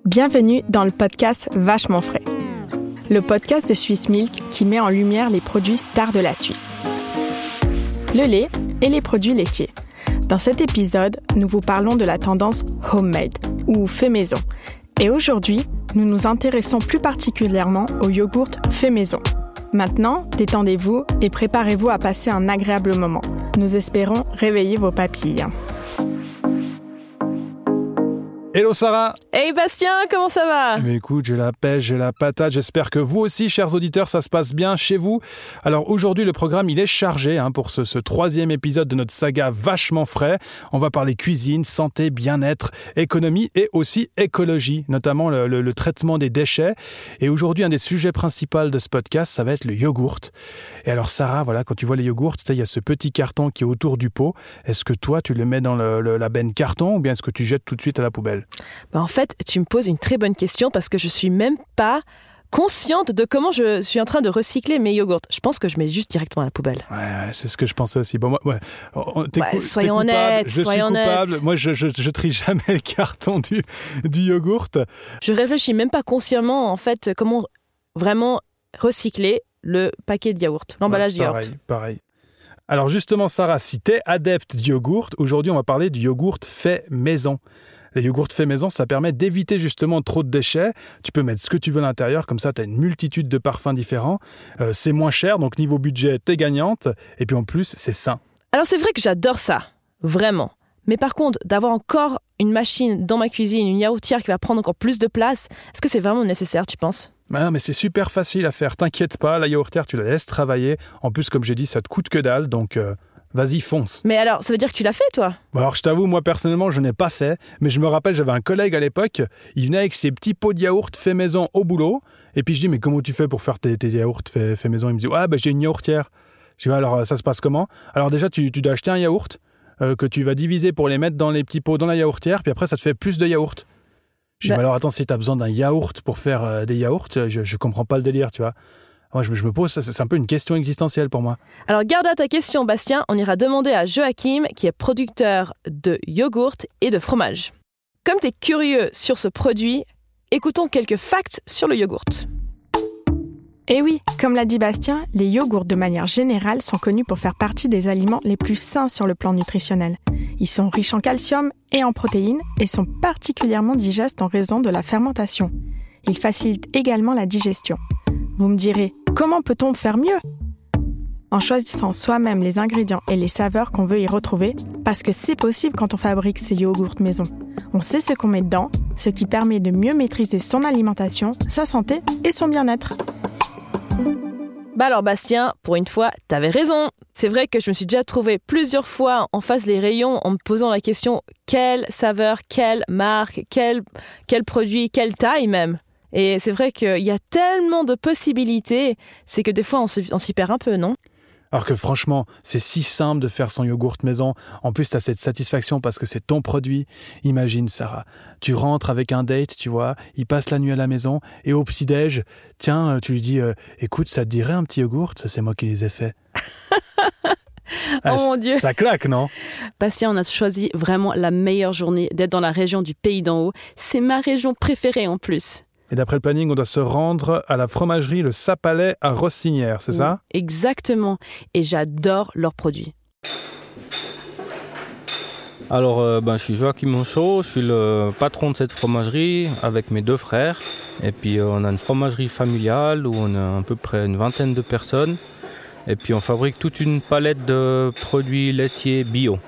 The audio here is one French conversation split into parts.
Bienvenue dans le podcast Vachement frais, le podcast de Swiss Milk qui met en lumière les produits stars de la Suisse. Le lait et les produits laitiers. Dans cet épisode, nous vous parlons de la tendance homemade ou fait maison. Et aujourd'hui, nous nous intéressons plus particulièrement au yogourt fait maison. Maintenant, détendez-vous et préparez-vous à passer un agréable moment. Nous espérons réveiller vos papilles. Hello Sarah. Hey Bastien, comment ça va? Mais écoute, j'ai la pêche, j'ai la patate. J'espère que vous aussi, chers auditeurs, ça se passe bien chez vous. Alors aujourd'hui, le programme, il est chargé pour ce troisième épisode de notre saga Vachement frais. On va parler cuisine, santé, bien-être, économie et aussi écologie, notamment le traitement des déchets. Et aujourd'hui, un des sujets principaux de ce podcast, ça va être le yogourt. Et alors Sarah, voilà, quand tu vois les yogourts, il y a ce petit carton qui est autour du pot. Est-ce que toi, tu le mets dans la benne carton ou bien est-ce que tu jettes tout de suite à la poubelle? En fait, tu me poses une très bonne question parce que je suis même pas consciente de comment je suis en train de recycler mes yogourts. Je pense que je mets juste directement à la poubelle. Ouais, c'est ce que je pensais aussi. Bon, moi, soyons honnêtes, je suis coupable. Moi, je trie jamais le carton du yogourt. Je réfléchis même pas consciemment, en fait, comment vraiment recycler le paquet de yaourt, l'emballage de yaourt. Pareil. Alors justement, Sarah, si tu es adepte du yogourt, aujourd'hui, on va parler du yogourt fait maison. Les yogourts faits maison, ça permet d'éviter justement trop de déchets. Tu peux mettre ce que tu veux à l'intérieur, comme ça tu as une multitude de parfums différents. C'est moins cher, donc niveau budget, t'es gagnante. Et puis en plus, c'est sain. Alors c'est vrai que j'adore ça, vraiment. Mais par contre, d'avoir encore une machine dans ma cuisine, une yaourtière qui va prendre encore plus de place, est-ce que c'est vraiment nécessaire, tu penses ? Mais c'est super facile à faire, t'inquiète pas, la yaourtière, tu la laisses travailler. En plus, comme j'ai dit, ça te coûte que dalle, donc... Vas-y, fonce. Mais alors, ça veut dire que tu l'as fait, toi ? Alors, je t'avoue, moi, personnellement, je n'ai pas fait. Mais je me rappelle, j'avais un collègue à l'époque. Il venait avec ses petits pots de yaourt fait maison au boulot. Et puis, je dis, mais comment tu fais pour faire tes yaourts fait maison ? Il me dit, j'ai une yaourtière. Je dis, alors, ça se passe comment ? Alors, déjà, tu dois acheter un yaourt que tu vas diviser pour les mettre dans les petits pots dans la yaourtière. Puis après, ça te fait plus de yaourt. Je dis, mais alors, attends, si tu as besoin d'un yaourt pour faire des yaourts, je comprends pas le délire, tu vois. Moi, je me pose, c'est un peu une question existentielle pour moi. Alors, garde à ta question, Bastien. On ira demander à Joachim, qui est producteur de yogourt et de fromage. Comme tu es curieux sur ce produit, écoutons quelques facts sur le yogourt. Et oui, comme l'a dit Bastien, les yogourts de manière générale sont connus pour faire partie des aliments les plus sains sur le plan nutritionnel. Ils sont riches en calcium et en protéines et sont particulièrement digestes en raison de la fermentation. Ils facilitent également la digestion. Vous me direz, comment peut-on faire mieux ? En choisissant soi-même les ingrédients et les saveurs qu'on veut y retrouver, parce que c'est possible quand on fabrique ces yogourts maison. On sait ce qu'on met dedans, ce qui permet de mieux maîtriser son alimentation, sa santé et son bien-être. Alors Bastien, pour une fois, t'avais raison. C'est vrai que je me suis déjà trouvée plusieurs fois en face des rayons en me posant la question quelle saveur, quelle marque, quel produit, quelle taille même. Et c'est vrai qu'il y a tellement de possibilités, c'est que des fois on s'y perd un peu, non ? Alors que franchement, c'est si simple de faire son yogourt maison. En plus, tu as cette satisfaction parce que c'est ton produit. Imagine, Sarah, tu rentres avec un date, tu vois, il passe la nuit à la maison et au petit-déj, tiens, tu lui dis « Écoute, ça te dirait un petit yogourt ? C'est moi qui les ai faits. » Oh mon Dieu. Ça claque, non ? Bastien, on a choisi vraiment la meilleure journée d'être dans la région du Pays d'en Haut. C'est ma région préférée en plus. Et d'après le planning, on doit se rendre à la fromagerie Le Sapalais à Rossinière, c'est ça ? Exactement. Et j'adore leurs produits. Alors, je suis Joachim Monchot, je suis le patron de cette fromagerie avec mes 2 frères. Et puis, on a une fromagerie familiale où on a à peu près une vingtaine de personnes. Et puis, on fabrique toute une palette de produits laitiers bio.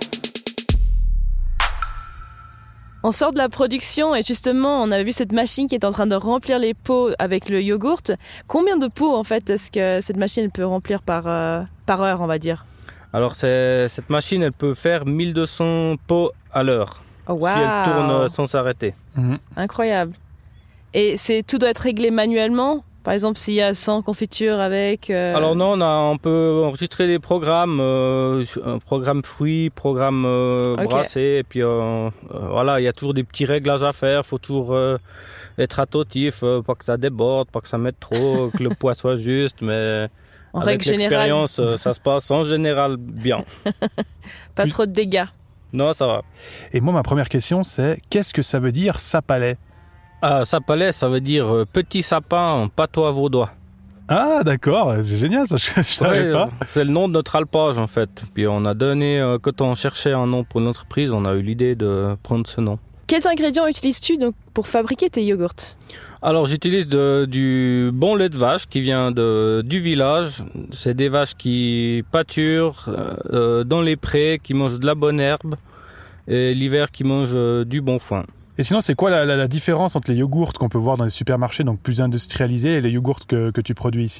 On sort de la production et justement, on a vu cette machine qui est en train de remplir les pots avec le yogourt. Combien de pots, en fait, est-ce que cette machine peut remplir par heure, on va dire ? Alors, cette machine, elle peut faire 1200 pots à l'heure. Oh, wow. Si elle tourne sans s'arrêter. Incroyable. Et tout doit être réglé manuellement ? Par exemple, s'il y a 100 confitures avec... Alors non, on peut enregistrer des programmes, programme fruits, programme brassé, et puis voilà, il y a toujours des petits réglages à faire, il faut toujours être attentif, pas que ça déborde, pas que ça mette trop, que le poids soit juste, mais en avec règle l'expérience, générale... ça se passe en général bien. Pas trop de dégâts. Non, ça va. Et moi, ma première question, c'est qu'est-ce que ça veut dire sapalais ? Sapalais, ça veut dire petit sapin en patois vaudois. Ah, d'accord, c'est génial, ça, je savais pas. C'est le nom de notre alpage, en fait. Puis on a donné, quand on cherchait un nom pour l'entreprise, on a eu l'idée de prendre ce nom. Quels ingrédients utilises-tu donc pour fabriquer tes yogourts ? Alors j'utilise du bon lait de vache qui vient du village. C'est des vaches qui pâturent dans les prés, qui mangent de la bonne herbe, et l'hiver qui mangent du bon foin. Et sinon, c'est quoi la différence entre les yogourts qu'on peut voir dans les supermarchés, donc plus industrialisés, et les yogourts que tu produis ici ?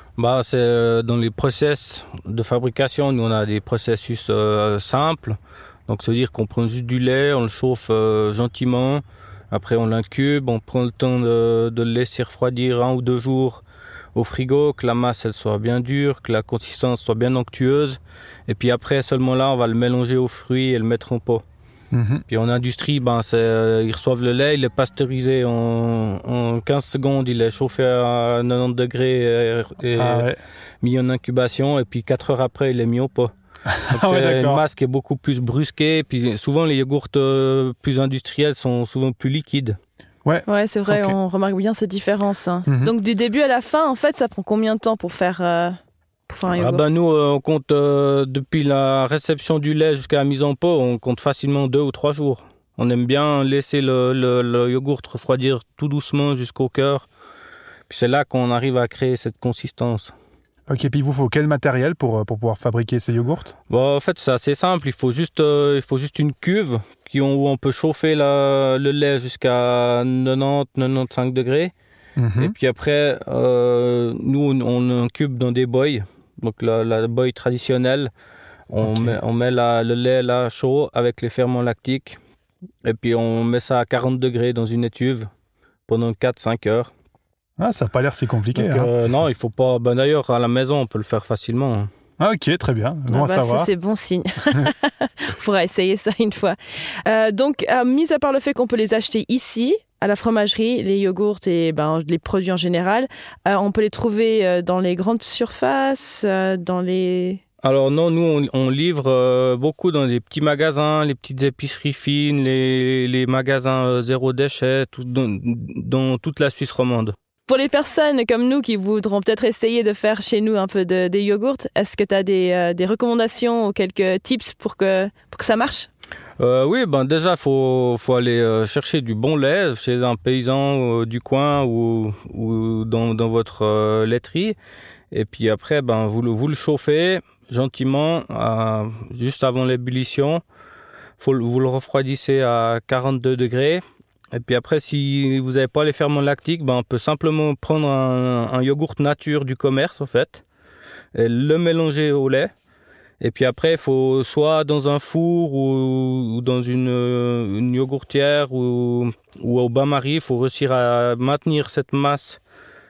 C'est dans les process de fabrication. Nous, on a des processus simples. Donc, ça veut dire qu'on prend juste du lait, on le chauffe gentiment. Après, on l'incube, on prend le temps de le laisser refroidir 1 ou 2 jours au frigo, que la masse elle soit bien dure, que la consistance soit bien onctueuse. Et puis après, seulement là, on va le mélanger aux fruits et le mettre en pot. Puis en industrie, ils reçoivent le lait, il est pasteurisé en 15 secondes, il est chauffé à 90 degrés et mis en incubation, et puis 4 heures après, il est mis au pot. Donc c'est une masse qui est beaucoup plus brusquée, puis souvent les yogourts plus industriels sont souvent plus liquides. Ouais, c'est vrai, on remarque bien cette différence. Donc du début à la fin, en fait, ça prend combien de temps pour faire un yogourt ? Nous, on compte depuis la réception du lait jusqu'à la mise en pot, on compte facilement 2 ou 3 jours. On aime bien laisser le yogourt refroidir tout doucement jusqu'au cœur. Puis c'est là qu'on arrive à créer cette consistance. Ok, puis il vous faut quel matériel pour pouvoir fabriquer ces yogourts ? En fait, c'est assez simple. Il faut juste une cuve où on peut chauffer le lait jusqu'à 90-95 degrés. Et puis après, nous, on incube dans des boys. Donc la boy traditionnelle, on met le lait là chaud avec les ferments lactiques. Et puis on met ça à 40 degrés dans une étuve pendant 4-5 heures. Ah, ça n'a pas l'air si compliqué. Donc, non, il faut pas. D'ailleurs, à la maison, on peut le faire facilement. Ah, ok, très bien. Bon à savoir. Ça, c'est bon signe. On pourra essayer ça une fois. Donc, mis à part le fait qu'on peut les acheter ici, à la fromagerie, les yogourts et les produits en général, on peut les trouver dans les grandes surfaces, dans les... Alors non, nous, on livre beaucoup dans les petits magasins, les petites épiceries fines, les magasins zéro déchet, dans toute la Suisse romande. Pour les personnes comme nous qui voudront peut-être essayer de faire chez nous un peu des yogourts, est-ce que tu as des recommandations ou quelques tips pour que ça marche ? Oui, déjà, faut aller chercher du bon lait chez un paysan du coin ou dans votre laiterie. Et puis après, vous le chauffez gentiment, juste avant l'ébullition. Vous le refroidissez à 42 degrés. Et puis après, si vous n'avez pas les ferments lactiques, on peut simplement prendre un yogourt nature du commerce, en fait, et le mélanger au lait. Et puis après, il faut soit dans un four ou dans une yogourtière ou au bain-marie, il faut réussir à maintenir cette masse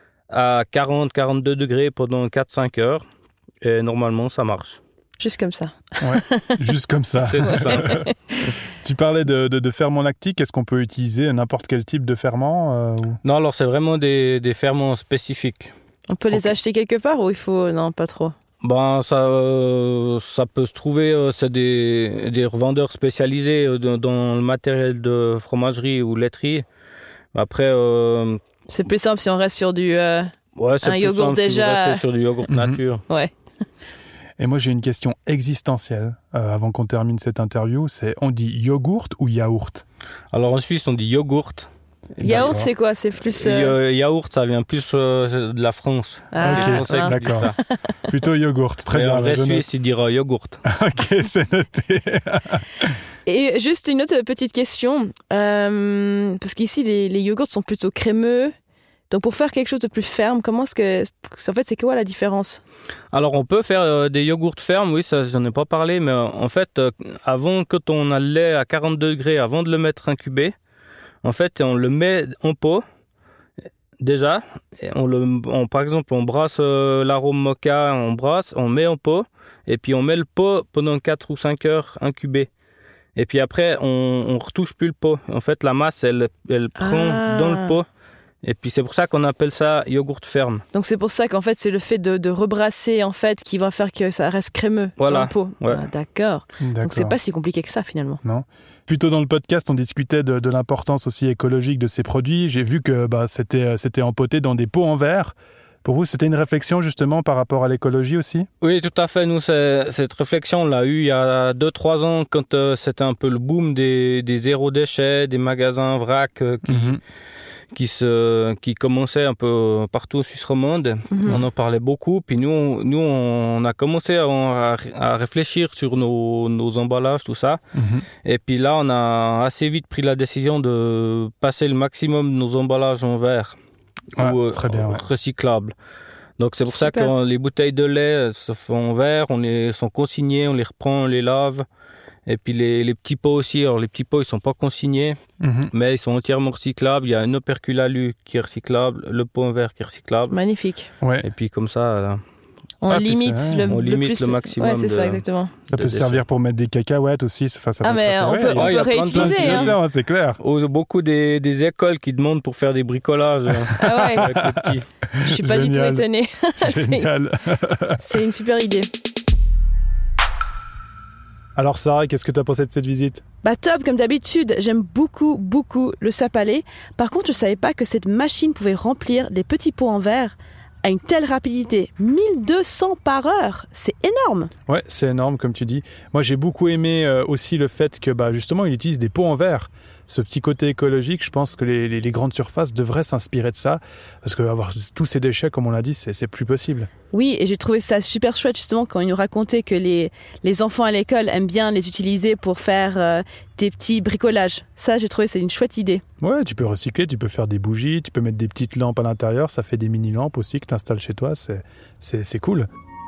à 40-42 degrés pendant 4-5 heures. Et normalement, ça marche. Juste comme ça. Ouais, juste comme ça. C'est tout ça. Tu parlais de ferments lactiques. Est-ce qu'on peut utiliser n'importe quel type de ferment Non, alors c'est vraiment des ferments spécifiques. On peut les acheter quelque part ou il faut... Non, pas trop. Ça peut se trouver, c'est des revendeurs spécialisés dans le matériel de fromagerie ou laiterie. Après... c'est plus simple si on reste sur du... c'est un plus yogourt simple déjà... si vous restez sur du yogourt nature. Ouais. Et moi, j'ai une question existentielle avant qu'on termine cette interview. On dit yogourt ou yaourt ? Alors en Suisse, on dit yogourt. Yaourt, c'est quoi ? C'est plus... Yaourt, ça vient plus de la France. Ah, ok, d'accord. Ça. Plutôt yogourt, très bien. En vrai Suisse, il dira yogourt. Ok, c'est noté. Et juste une autre petite question. Parce qu'ici, les yogourts sont plutôt crémeux. Donc pour faire quelque chose de plus ferme, comment est-ce que... En fait, c'est quoi la différence ? Alors on peut faire des yogourts fermes, oui, ça j'en ai pas parlé, mais en fait, avant, quand on a le lait à 42 degrés, avant de le mettre incubé, en fait, on le met en pot, déjà. Et par exemple, on brasse l'arôme mocha, on met en pot, et puis on met le pot pendant 4 ou 5 heures incubé. Et puis après, on retouche plus le pot. En fait, la masse, elle prend dans le pot. Et puis c'est pour ça qu'on appelle ça yogourt ferme. Donc c'est pour ça qu'en fait c'est le fait de rebrasser en fait qui va faire que ça reste crémeux dans le pot. Ouais. Ah, d'accord. Donc c'est pas si compliqué que ça finalement. Non. Plus tôt dans le podcast, on discutait de l'importance aussi écologique de ces produits. J'ai vu que c'était empoté dans des pots en verre. Pour vous, c'était une réflexion justement par rapport à l'écologie aussi ? Oui, tout à fait. Nous, cette réflexion, on l'a eue il y a 2-3 ans quand c'était un peu le boom des zéro déchets, des magasins vrac qui commençaient un peu partout en Suisse romande. On en parlait beaucoup. Puis nous, on a commencé à réfléchir sur nos emballages, tout ça. Et puis là, on a assez vite pris la décision de passer le maximum de nos emballages en verre. Ou très bien, recyclables. Donc c'est pour ça que les bouteilles de lait se font en verre, sont consignées, on les reprend, on les lave. Et puis les petits pots aussi, alors les petits pots ils sont pas consignés, mais ils sont entièrement recyclables. Il y a un opercule alu qui est recyclable, le pot en verre qui est recyclable. Magnifique. Ouais. Et puis comme ça... Là, on limite le maximum. Ouais, c'est ça, exactement. Ça peut servir pour mettre des cacahuètes aussi. Ça on peut réutiliser. C'est clair. Beaucoup des écoles qui demandent pour faire des bricolages avec les petits. Je suis pas du tout étonnée. Génial. C'est une super idée. Alors Sarah, qu'est-ce que tu as pensé de cette visite ? Top, comme d'habitude. J'aime beaucoup le sapalé. Par contre, je savais pas que cette machine pouvait remplir des petits pots en verre à une telle rapidité, 1200 par heure, c'est énorme. Ouais, c'est énorme comme tu dis. Moi j'ai beaucoup aimé aussi le fait que justement il utilise des pots en verre. Ce petit côté écologique, je pense que les grandes surfaces devraient s'inspirer de ça, parce qu'avoir tous ces déchets, comme on l'a dit, c'est plus possible. Oui, et j'ai trouvé ça super chouette justement quand ils nous racontaient que les enfants à l'école aiment bien les utiliser pour faire des petits bricolages. Ça, j'ai trouvé c'est une chouette idée. Ouais, tu peux recycler, tu peux faire des bougies, tu peux mettre des petites lampes à l'intérieur, ça fait des mini-lampes aussi que tu installes chez toi, c'est cool.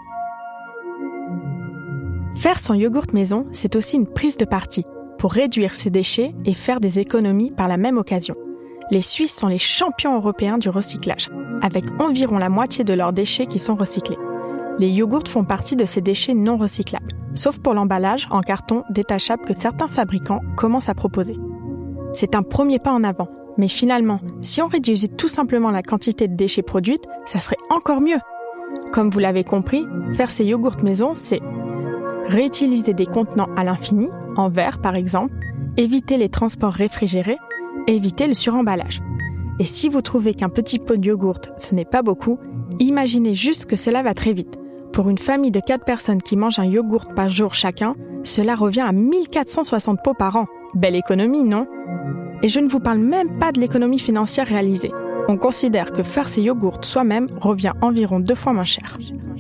Faire son yogourt maison, c'est aussi une prise de parti pour réduire ses déchets et faire des économies par la même occasion. Les Suisses sont les champions européens du recyclage, avec environ la moitié de leurs déchets qui sont recyclés. Les yogourts font partie de ces déchets non recyclables, sauf pour l'emballage en carton détachable que certains fabricants commencent à proposer. C'est un premier pas en avant, mais finalement, si on réduisait tout simplement la quantité de déchets produites, ça serait encore mieux. Comme vous l'avez compris, faire ces yogourts maison, c'est réutiliser des contenants à l'infini, en verre par exemple, éviter les transports réfrigérés, éviter le suremballage. Et si vous trouvez qu'un petit pot de yogourt, ce n'est pas beaucoup, imaginez juste que cela va très vite. Pour une famille de 4 personnes qui mangent un yogourt par jour chacun, cela revient à 1460 pots par an. Belle économie, non ? Et je ne vous parle même pas de l'économie financière réalisée. On considère que faire ces yogourts soi-même revient environ 2 fois moins cher.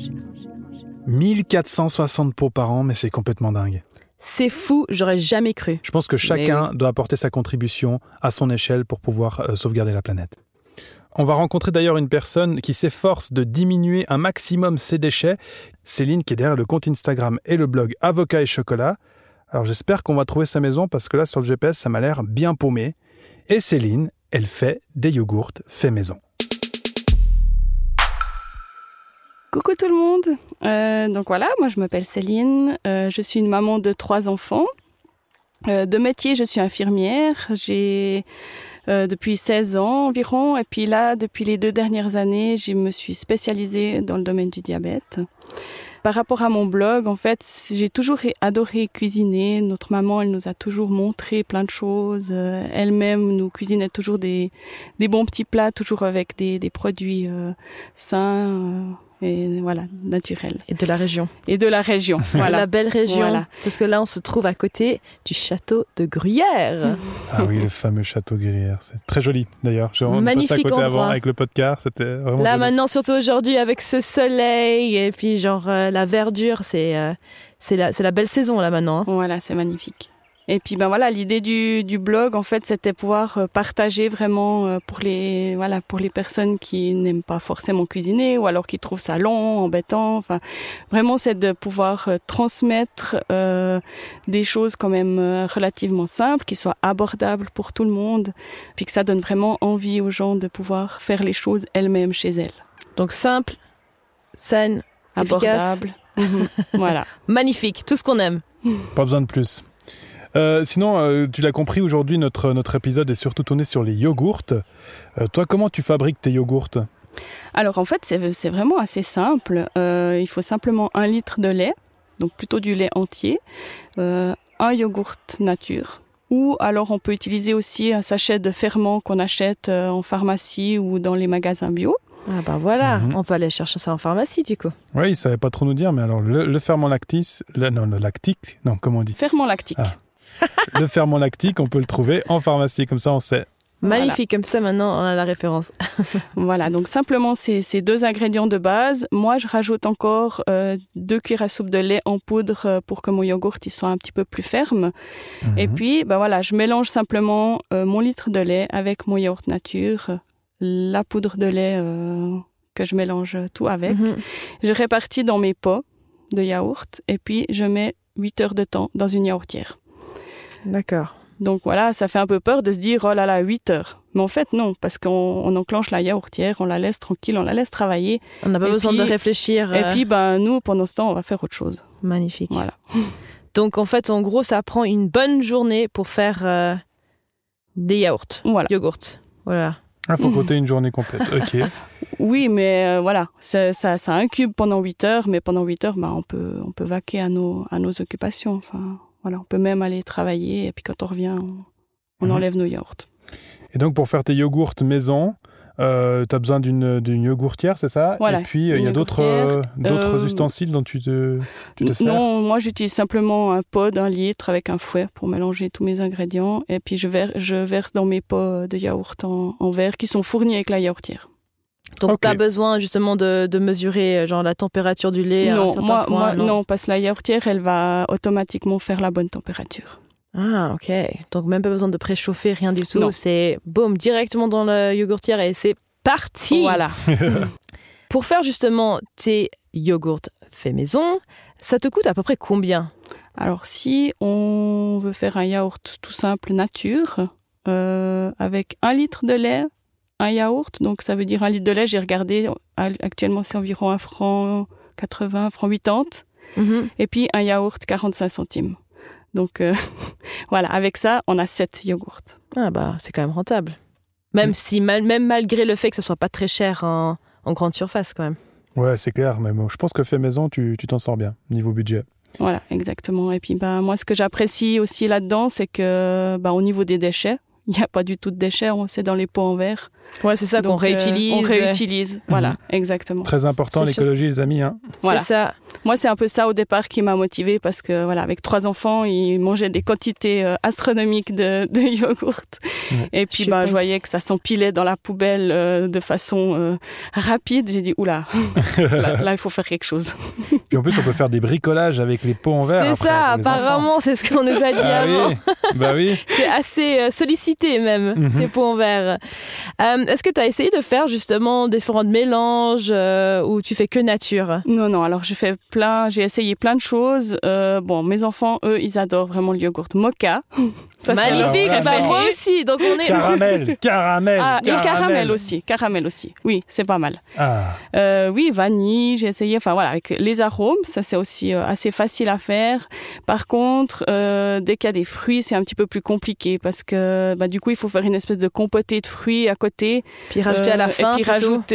1460 pots par an, mais c'est complètement dingue. C'est fou, j'aurais jamais cru. Je pense que chacun doit apporter sa contribution à son échelle pour pouvoir sauvegarder la planète. On va rencontrer d'ailleurs une personne qui s'efforce de diminuer un maximum ses déchets. Céline, qui est derrière le compte Instagram et le blog Avocat et Chocolat. Alors j'espère qu'on va trouver sa maison parce que là sur le GPS, ça m'a l'air bien paumé. Et Céline, elle fait des yogourts faits maison. Coucou tout le monde, donc voilà, moi je m'appelle Céline, je suis une maman de 3 enfants. De métier, je suis infirmière, j'ai depuis 16 ans environ, et puis là, depuis les 2 dernières années, je me suis spécialisée dans le domaine du diabète. Par rapport à mon blog, en fait, j'ai toujours adoré cuisiner. Notre maman, elle nous a toujours montré plein de choses. Elle-même nous cuisinait toujours des bons petits plats, toujours avec des produits sains. Et voilà, naturel. Et de la région. Voilà. De la belle région. Voilà. Parce que là, on se trouve à côté du château de Gruyère. Ah oui, le fameux château Gruyère. C'est très joli, d'ailleurs. On est passé à côté avant avec le podcast. C'était vraiment là, joli. maintenant, surtout aujourd'hui, avec ce soleil et puis la verdure, c'est la belle saison, là, maintenant. Hein. Voilà, c'est magnifique. Et puis voilà, l'idée du blog en fait, c'était pouvoir partager vraiment pour les personnes qui n'aiment pas forcément cuisiner ou alors qui trouvent ça long, embêtant. Enfin, vraiment, c'est de pouvoir transmettre des choses quand même relativement simples, qui soient abordables pour tout le monde, puis que ça donne vraiment envie aux gens de pouvoir faire les choses elles-mêmes chez elles. Donc simple, saine, abordable. Voilà. Magnifique, tout ce qu'on aime. Pas besoin de plus. Sinon, tu l'as compris, aujourd'hui, notre épisode est surtout tourné sur les yogourts. Toi, comment tu fabriques tes yogourts ? Alors, en fait, c'est vraiment assez simple. Il faut simplement 1 litre de lait, donc plutôt du lait entier, un yogourt nature, Ou alors on peut utiliser aussi un sachet de ferment qu'on achète en pharmacie ou dans les magasins bio. Ah bah voilà, on peut aller chercher ça en pharmacie du coup. Oui, il ne savait pas trop nous dire, mais alors le ferment lactique, comment on dit ? Ferment lactique. Le ferment lactique, on peut le trouver en pharmacie, comme ça on sait. Magnifique, comme ça maintenant on a la référence. Voilà, donc simplement ces 2 ingrédients de base. Moi, je rajoute encore 2 cuillères à soupe de lait en poudre pour que mon yogourt il soit un petit peu plus ferme. Et puis, voilà, je mélange simplement mon litre de lait avec mon yaourt nature, la poudre de lait que je mélange tout avec. Je répartis dans mes pots de yaourt et puis je mets 8 heures de temps dans une yaourtière. D'accord. Donc voilà, ça fait un peu peur de se dire, oh là là, 8 heures. Mais en fait, non, parce qu'on enclenche la yaourtière, on la laisse tranquille, on la laisse travailler. On n'a pas besoin de réfléchir. Et puis, nous, pendant ce temps, on va faire autre chose. Magnifique. Voilà. Donc, en fait, en gros, ça prend une bonne journée pour faire des yaourts. Voilà. Yogourts. Voilà. Il faut compter une journée complète. Ok. Oui, mais voilà, ça incube pendant 8 heures, mais pendant 8 heures, on peut vaquer à nos occupations. Enfin, voilà, on peut même aller travailler, et puis quand on revient, on enlève nos yaourts. Et donc, pour faire tes yogourts maison, tu as besoin d'une yogourtière, c'est ça ? Voilà, et puis, il y a d'autres ustensiles dont tu te sers ? Non, moi, j'utilise simplement un pot d'1 litre avec un fouet pour mélanger tous mes ingrédients. Et puis, je verse dans mes pots de yaourt en verre qui sont fournis avec la yaourtière. Donc, tu as besoin justement de mesurer genre la température du lait à un certain point, non, parce que la yaourtière, elle va automatiquement faire la bonne température. Ah, ok. Donc, même pas besoin de préchauffer, rien du tout. Non. C'est boum, directement dans la yogourtière et c'est parti. Voilà. Pour faire justement tes yogourts faits maison, ça te coûte à peu près combien ? Alors, si on veut faire un yaourt tout simple nature, avec 1 litre de lait, un yaourt, donc ça veut dire 1 litre de lait, j'ai regardé, actuellement c'est environ 1,80 franc, 1,80 franc. Et puis un yaourt 45 centimes. Donc voilà, avec ça, on a 7 yogourts. Ah bah, c'est quand même rentable. Même si, même malgré le fait que ça soit pas très cher en grande surface quand même. Ouais, c'est clair, mais je pense que fait maison, tu t'en sors bien, niveau budget. Voilà, exactement. Et puis moi, ce que j'apprécie aussi là-dedans, c'est que au niveau des déchets, il n'y a pas du tout de déchets, c'est dans les pots en verre. Ouais, c'est ça. Donc, qu'on réutilise. On réutilise, voilà, exactement. Très important, l'écologie, les amis. Hein. Voilà. C'est ça. Moi, c'est un peu ça au départ qui m'a motivée parce que, voilà, avec 3 enfants, ils mangeaient des quantités astronomiques de yogourt. Et puis, je voyais que ça s'empilait dans la poubelle de façon rapide. J'ai dit, oula, là, il faut faire quelque chose. Puis en plus, on peut faire des bricolages avec les pots en verre. C'est ça, apparemment, c'est ce qu'on nous a dit avant. Oui. Bah oui. C'est assez sollicité même, ces pots en verre. Est-ce que tu as essayé de faire justement différents mélanges où tu fais que nature ? Non, alors j'ai essayé plein de choses. Mes enfants, eux, ils adorent vraiment le yogourt mocha. Ça, magnifique, moi aussi. Donc on est caramel. Ah, et caramel aussi. Oui, c'est pas mal. Ah. Oui, vanille, j'ai essayé. Enfin voilà, avec les arômes, ça c'est aussi assez facile à faire. Par contre, dès qu'il y a des fruits, c'est un petit peu plus compliqué parce que du coup, il faut faire une espèce de compotée de fruits à côté. Puis rajouter à la fin. Et puis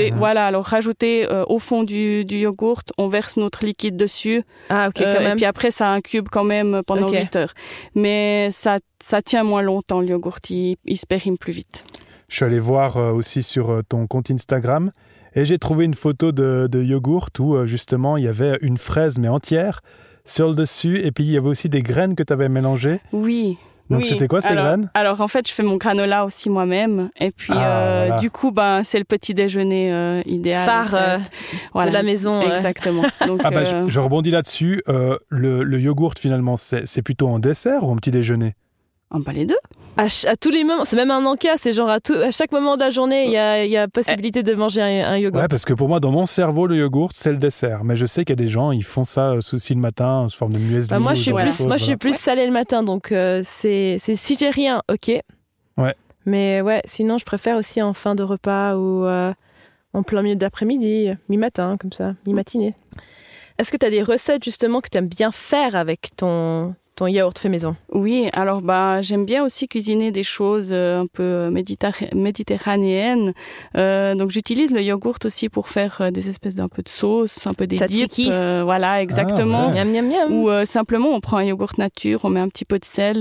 rajouter au fond du yogourt, on verse notre liquide dessus. Ah ok, quand même. Et puis après, ça incube quand même pendant 8 heures. Mais ça tient moins longtemps, le yogourt, il se périme plus vite. Je suis allé voir aussi sur ton compte Instagram et j'ai trouvé une photo de yogourt où justement il y avait une fraise mais entière sur le dessus et puis il y avait aussi des graines que tu avais mélangées. Oui. Donc c'était quoi ces graines ? Alors en fait, je fais mon granola aussi moi-même et puis voilà. du coup c'est le petit déjeuner idéal. Phare de la maison. Exactement. Donc, je rebondis là-dessus. Le yogourt finalement c'est plutôt en dessert ou en petit déjeuner ? Les deux. À tous les moments, c'est même un encas, c'est genre à chaque moment de la journée, il y a possibilité de manger un yogourt. Ouais, parce que pour moi, dans mon cerveau, le yogourt, c'est le dessert. Mais je sais qu'il y a des gens, ils font ça aussi le matin, sous forme de muesli. Moi, je suis plus salée le matin, donc c'est si j'ai rien, ok. Ouais. Mais ouais, sinon, je préfère aussi en fin de repas ou en plein milieu d'après-midi, mi-matin, comme ça, mi-matinée. Est-ce que tu as des recettes justement que tu aimes bien faire avec ton yaourt fait maison? Oui, alors j'aime bien aussi cuisiner des choses un peu méditerranéennes. Donc j'utilise le yogourt aussi pour faire des espèces d'un peu de sauce, un peu des dips. Voilà, exactement. Miam, miam, miam. Ou simplement on prend un yogourt nature, on met un petit peu de sel,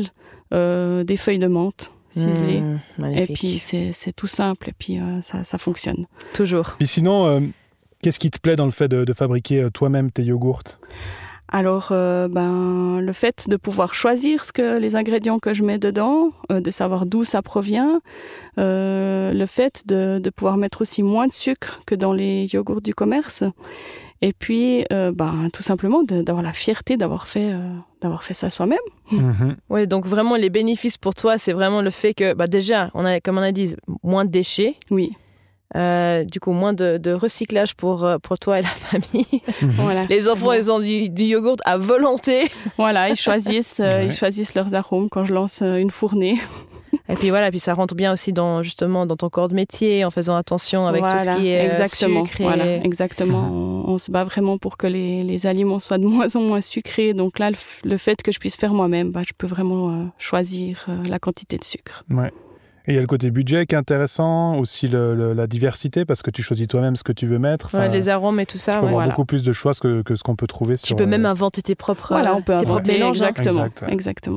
des feuilles de menthe ciselées. Magnifique. Et puis c'est tout simple, et puis ça fonctionne. Toujours. Puis sinon, qu'est-ce qui te plaît dans le fait de fabriquer toi-même tes yogourts ? Alors, le fait de pouvoir choisir les ingrédients que je mets dedans, de savoir d'où ça provient, le fait de pouvoir mettre aussi moins de sucre que dans les yogourts du commerce, et puis tout simplement d'avoir la fierté d'avoir fait ça soi-même. Mm-hmm. Oui, donc vraiment les bénéfices pour toi, c'est vraiment le fait que déjà, comme on a dit, moins de déchets. Oui. Du coup, moins de recyclage pour toi et la famille. Voilà. Les enfants, ils ont du yogourt à volonté. Voilà, ils choisissent leurs arômes quand je lance une fournée. Et puis voilà, puis ça rentre bien aussi dans ton corps de métier, en faisant attention avec tout ce qui est sucre. Exactement. On se bat vraiment pour que les aliments soient de moins en moins sucrés. Donc là, le fait que je puisse faire moi-même, je peux vraiment choisir la quantité de sucre. Ouais. Et il y a le côté budget qui est intéressant, aussi la diversité, parce que tu choisis toi-même ce que tu veux mettre. Les arômes et tout ça. Tu peux avoir beaucoup plus de choix que ce qu'on peut trouver sur... Tu peux même inventer tes propres... Voilà, on peut inventer, mélanges, exactement.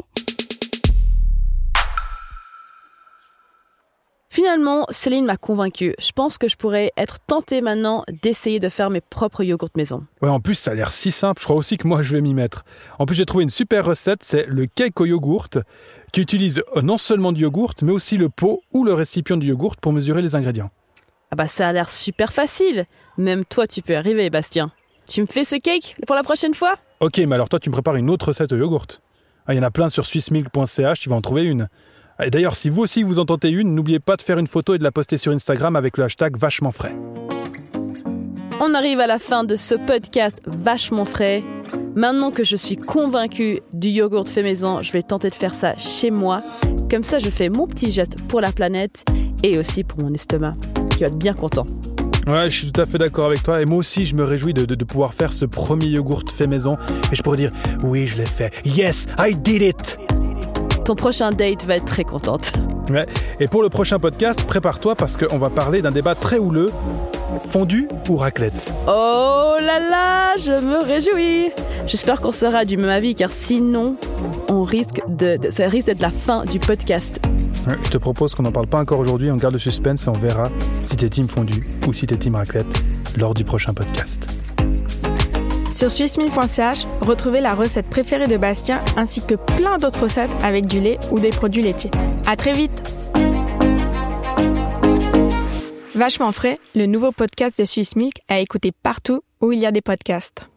Finalement, Céline m'a convaincue. Je pense que je pourrais être tentée maintenant d'essayer de faire mes propres yogourts maison. Ouais, en plus, ça a l'air si simple. Je crois aussi que moi, je vais m'y mettre. En plus, j'ai trouvé une super recette. C'est le cake au yogourt, qui utilise non seulement du yogourt, mais aussi le pot ou le récipient du yogourt pour mesurer les ingrédients. Ça a l'air super facile. Même toi, tu peux arriver, Bastien. Tu me fais ce cake pour la prochaine fois ? Ok, mais alors toi, tu me prépares une autre recette au yogourt. Il y en a plein sur swissmilk.ch, tu vas en trouver une. Et d'ailleurs, si vous aussi vous en tentez une, n'oubliez pas de faire une photo et de la poster sur Instagram avec le hashtag vachement frais. On arrive à la fin de ce podcast vachement frais. Maintenant que je suis convaincue du yogourt fait maison, je vais tenter de faire ça chez moi. Comme ça, je fais mon petit geste pour la planète et aussi pour mon estomac, qui va être bien content. Ouais, je suis tout à fait d'accord avec toi. Et moi aussi, je me réjouis de pouvoir faire ce premier yogourt fait maison. Et je pourrais dire, oui, je l'ai fait. Yes, I did it! Ton prochain date va être très contente. Ouais. Et pour le prochain podcast, prépare-toi parce qu'on va parler d'un débat très houleux. Fondue ou raclette ? Oh là là, je me réjouis. J'espère qu'on sera du même avis car sinon, ça risque d'être la fin du podcast. Ouais, je te propose qu'on n'en parle pas encore aujourd'hui, on garde le suspense et on verra si t'es team fondue ou si t'es team raclette lors du prochain podcast. Sur swissmilk.ch, retrouvez la recette préférée de Bastien ainsi que plein d'autres recettes avec du lait ou des produits laitiers. À très vite! Vachement frais, le nouveau podcast de Swissmilk à écouter partout où il y a des podcasts.